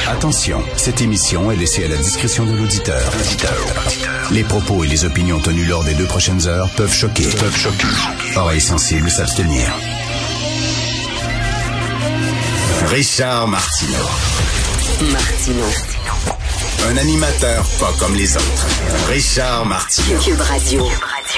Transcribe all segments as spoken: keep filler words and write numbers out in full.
Attention, cette émission est laissée à la discrétion de l'auditeur. Les propos et les opinions tenues lors des deux prochaines heures peuvent choquer. Peuvent choquer. Oreilles sensibles s'abstenir. Richard Martineau. Martineau. Un animateur pas comme les autres. Richard Martineau. Cube Radio.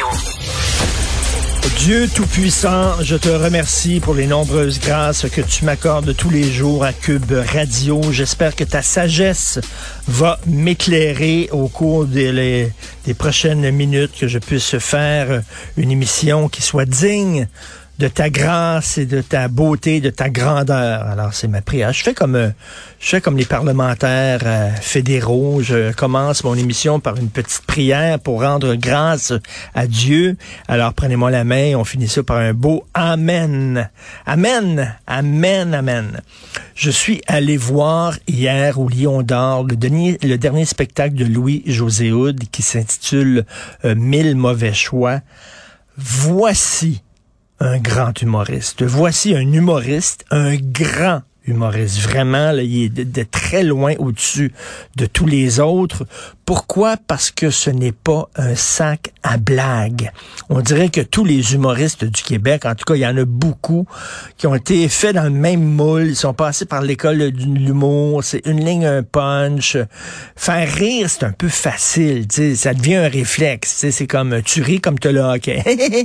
Dieu Tout-Puissant, je te remercie pour les nombreuses grâces que tu m'accordes tous les jours à Cube Radio. J'espère que ta sagesse va m'éclairer au cours des, les, des prochaines minutes, que je puisse faire une émission qui soit digne de ta grâce et de ta beauté, de ta grandeur. Alors, c'est ma prière. Je fais comme euh, je fais comme les parlementaires euh, fédéraux. Je commence mon émission par une petite prière pour rendre grâce à Dieu. Alors, prenez-moi la main. On finit ça par un beau Amen. Amen. Amen. Amen. Je suis allé voir hier au Lion d'Or le dernier, le dernier spectacle de Louis-José Hood qui s'intitule euh, Mille mauvais choix. Voici un grand humoriste. Voici un humoriste, un grand humoriste. Vraiment, là, il est de, de très loin au-dessus de tous les autres. Pourquoi? Parce que ce n'est pas un sac à blagues. On dirait que tous les humoristes du Québec, en tout cas, il y en a beaucoup, qui ont été faits dans le même moule. Ils sont passés par l'école de l'humour. C'est une ligne, un punch. Faire rire, c'est un peu facile. T'sais. Ça devient un réflexe. T'sais. C'est comme, tu ris comme te le hockey.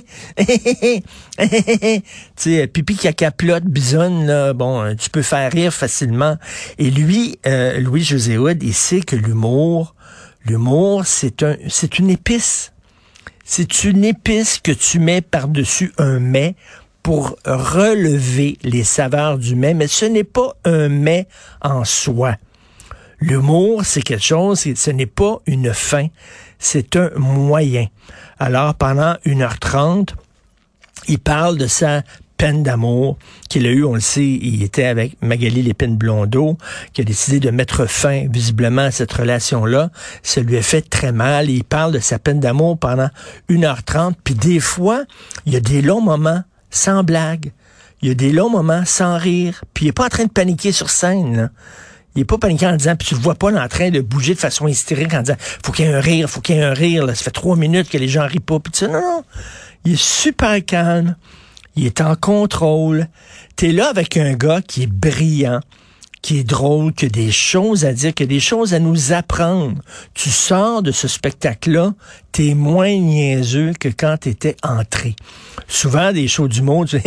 T'sais, pipi, caca, plotte, bisonne, là, bon, tu peux faire rire facilement. Et lui, euh, Louis-José Hood, il sait que l'humour, L'humour, c'est un, c'est une épice. C'est une épice que tu mets par-dessus un mets pour relever les saveurs du mets, mais ce n'est pas un mets en soi. L'humour, c'est quelque chose, ce n'est pas une fin, c'est un moyen. Alors, pendant une heure trente, il parle de sa peine d'amour qu'il a eu, on le sait, il était avec Magali Lépine-Blondeau, qui a décidé de mettre fin visiblement à cette relation-là. Ça lui a fait très mal. Il parle de sa peine d'amour pendant une heure trente, puis des fois, il y a des longs moments sans blague. Il y a des longs moments sans rire, puis il est pas en train de paniquer sur scène, là. Il est pas paniqué en disant, puis tu le vois pas là, en train de bouger de façon hystérique en disant, faut qu'il y ait un rire, faut qu'il y ait un rire, là. Ça fait trois minutes que les gens rient pas, puis tu sais, non, non. Il est super calme. Il est en contrôle. T'es là avec un gars qui est brillant, qui est drôle, qui a des choses à dire, qui a des choses à nous apprendre. Tu sors de ce spectacle-là, t'es moins niaiseux que quand t'étais entré. Souvent, des shows d'humour, tu,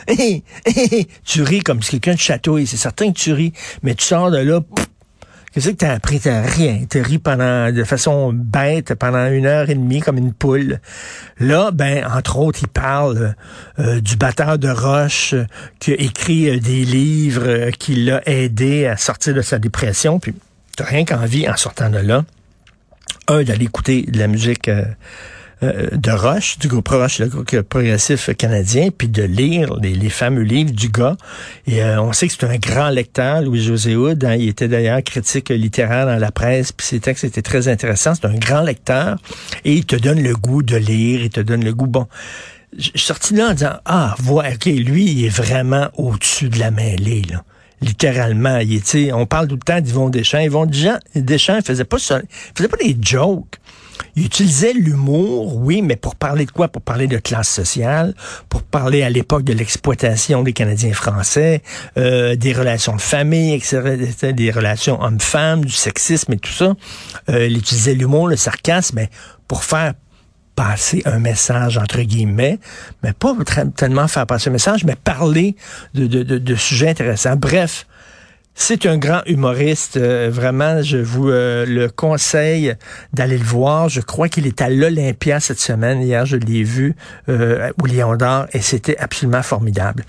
tu ris comme si quelqu'un te chatouille. C'est certain que tu ris, mais tu sors de là, pff, qu'est-ce que t'as appris? T'as rien. T'as ri pendant, de façon bête pendant une heure et demie comme une poule. Là, ben, entre autres, il parle euh, du batteur de roche euh, qui a écrit euh, des livres euh, qui l'a aidé à sortir de sa dépression. Puis, t'as rien qu'envie, en sortant de là, un, d'aller écouter de la musique euh, euh, de Roche, du groupe Roche, le groupe progressif canadien, puis de lire les, les fameux livres du gars. Et euh, on sait que c'est un grand lecteur, Louis-José Hood. Hein, il était d'ailleurs critique littéraire dans la presse, puis ses textes étaient très intéressants. C'est un grand lecteur. Et il te donne le goût de lire, il te donne le goût... Bon, je suis sorti là en disant, ah, voilà, OK, lui, il est vraiment au-dessus de la mêlée, là. Littéralement, il est, on parle tout le temps d'Yvon Deschamps. Yvon Deschamps, il faisait pas ça, il faisait pas des jokes. Il utilisait l'humour, oui, mais pour parler de quoi? Pour parler de classe sociale, pour parler à l'époque de l'exploitation des Canadiens français, euh, des relations de famille, et cetera, des relations hommes-femmes, du sexisme et tout ça. Euh, il utilisait l'humour, le sarcasme, mais pour faire passer un message, entre guillemets, mais pas tellement faire passer un message, mais parler de, de, de, de sujets intéressants. Bref, c'est un grand humoriste. Euh, vraiment, je vous euh, le conseille d'aller le voir. Je crois qu'il est à l'Olympia cette semaine. Hier, je l'ai vu euh, au Lion d'Or et c'était absolument formidable.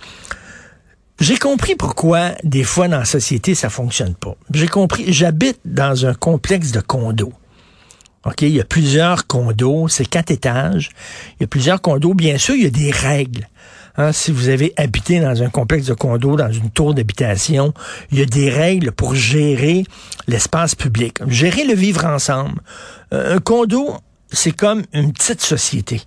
J'ai compris pourquoi, des fois, dans la société, ça fonctionne pas. J'ai compris. J'habite dans un complexe de condos. OK, il y a plusieurs condos, c'est quatre étages. Il y a plusieurs condos. Bien sûr, il y a des règles. Hein, si vous avez habité dans un complexe de condos, dans une tour d'habitation, il y a des règles pour gérer l'espace public, gérer le vivre ensemble. Euh, un condo, c'est comme une petite société.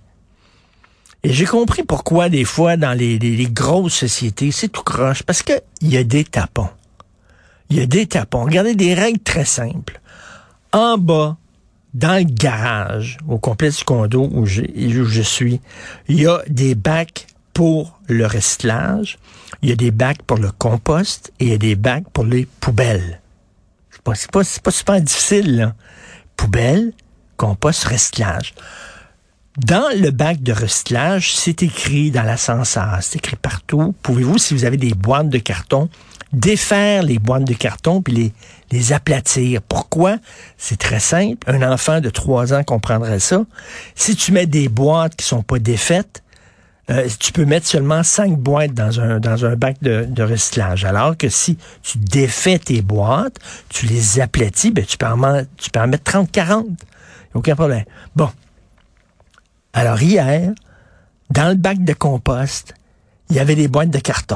Et j'ai compris pourquoi, des fois, dans les, les, les grosses sociétés, c'est tout croche. Parce que il y a des tapons. il y a des tapons. Regardez, des règles très simples. En bas, dans le garage, au complexe du condo où je, où je suis, il y a des bacs pour le recyclage, il y a des bacs pour le compost et il y a des bacs pour les poubelles. C'est pas, c'est pas, c'est pas super difficile, là. Poubelle, compost, recyclage. Dans le bac de recyclage, c'est écrit dans l'ascenseur, c'est écrit partout. Pouvez-vous, si vous avez des boîtes de carton, défaire les boîtes de carton puis les, les aplatir. Pourquoi? C'est très simple. Un enfant de trois ans comprendrait ça. Si tu mets des boîtes qui sont pas défaites, euh, tu peux mettre seulement cinq boîtes dans un, dans un bac de, de recyclage. Alors que si tu défais tes boîtes, tu les aplatis, ben, tu peux en, tu peux en mettre trente, quarante. Aucun problème. Bon. Alors hier, dans le bac de compost, il y avait des boîtes de carton.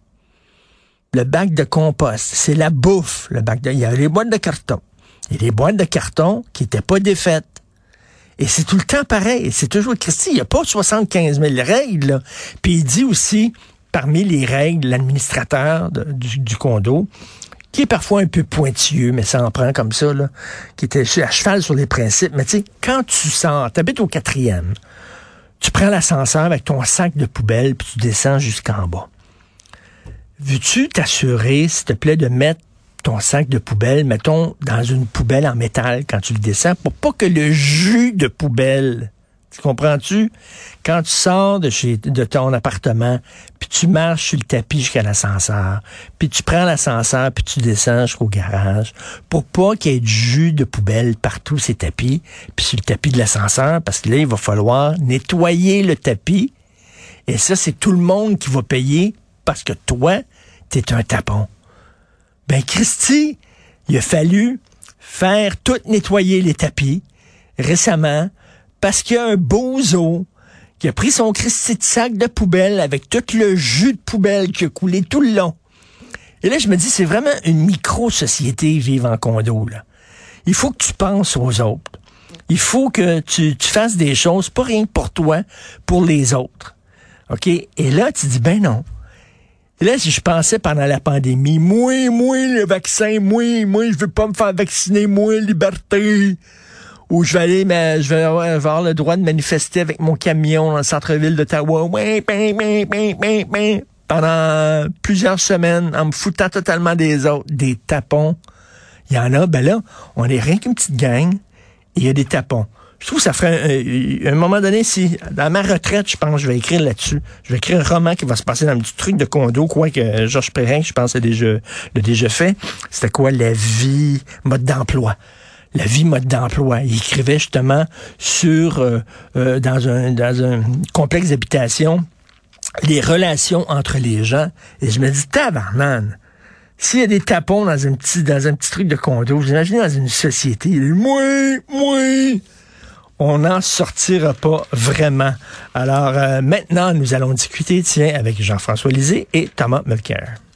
Le bac de compost, c'est la bouffe. Le bac de, il y avait les boîtes de carton. Il y a des boîtes de carton qui n'étaient pas défaites. Et c'est tout le temps pareil. C'est toujours, Christy, il n'y a pas soixante-quinze mille règles, là. Puis il dit aussi, parmi les règles, l'administrateur de, du, du condo, qui est parfois un peu pointilleux, mais ça en prend comme ça, là, qui était à cheval sur les principes. Mais tu sais, quand tu sors, tu habites au quatrième, tu prends l'ascenseur avec ton sac de poubelle, puis tu descends jusqu'en bas. Veux-tu t'assurer, s'il te plaît, de mettre ton sac de poubelle, mettons, dans une poubelle en métal quand tu le descends, pour pas que le jus de poubelle, tu comprends-tu? Quand tu sors de chez de ton appartement, puis tu marches sur le tapis jusqu'à l'ascenseur, puis tu prends l'ascenseur, puis tu descends jusqu'au garage, pour pas qu'il y ait du jus de poubelle partout ces tapis, puis sur le tapis de l'ascenseur, parce que là, il va falloir nettoyer le tapis, et ça, c'est tout le monde qui va payer, parce que toi, t'es un tapon. Ben, Christy, il a fallu faire tout nettoyer les tapis récemment parce qu'il y a un bozo qui a pris son Christy de sac de poubelle avec tout le jus de poubelle qui a coulé tout le long. Et là, je me dis, c'est vraiment une micro-société vivre en condo, là. Il faut que tu penses aux autres. Il faut que tu, tu fasses des choses, pas rien que pour toi, pour les autres. OK? Et là, tu dis, ben non. Là, si je pensais pendant la pandémie, moi, moi, le vaccin, moi, moi, je veux pas me faire vacciner, moi, liberté. Ou je vais aller, mais je vais avoir le droit de manifester avec mon camion dans le centre-ville d'Ottawa. Ouais, ben, ben, ben, ben, ben. Pendant plusieurs semaines, en me foutant totalement des autres, des tapons. Il y en a, ben là, on est rien qu'une petite gang, et il y a des tapons. Je trouve que ça ferait un, un, un moment donné, si, dans ma retraite, je pense, je vais écrire là-dessus. Je vais écrire un roman qui va se passer dans un petit truc de condo, quoi que Georges Perrin, je pense, a déjà, l'a déjà fait. C'était quoi? La vie, mode d'emploi. La vie, mode d'emploi. Il écrivait justement sur, euh, euh, dans un, dans un complexe d'habitation, les relations entre les gens. Et je me dis, tabarnane. S'il y a des tapons dans un petit, dans un petit truc de condo, vous imaginez dans une société, moi, moi, on n'en sortira pas vraiment. Alors, euh, maintenant, nous allons discuter, tiens, avec Jean-François Lisée et Thomas Mulcair.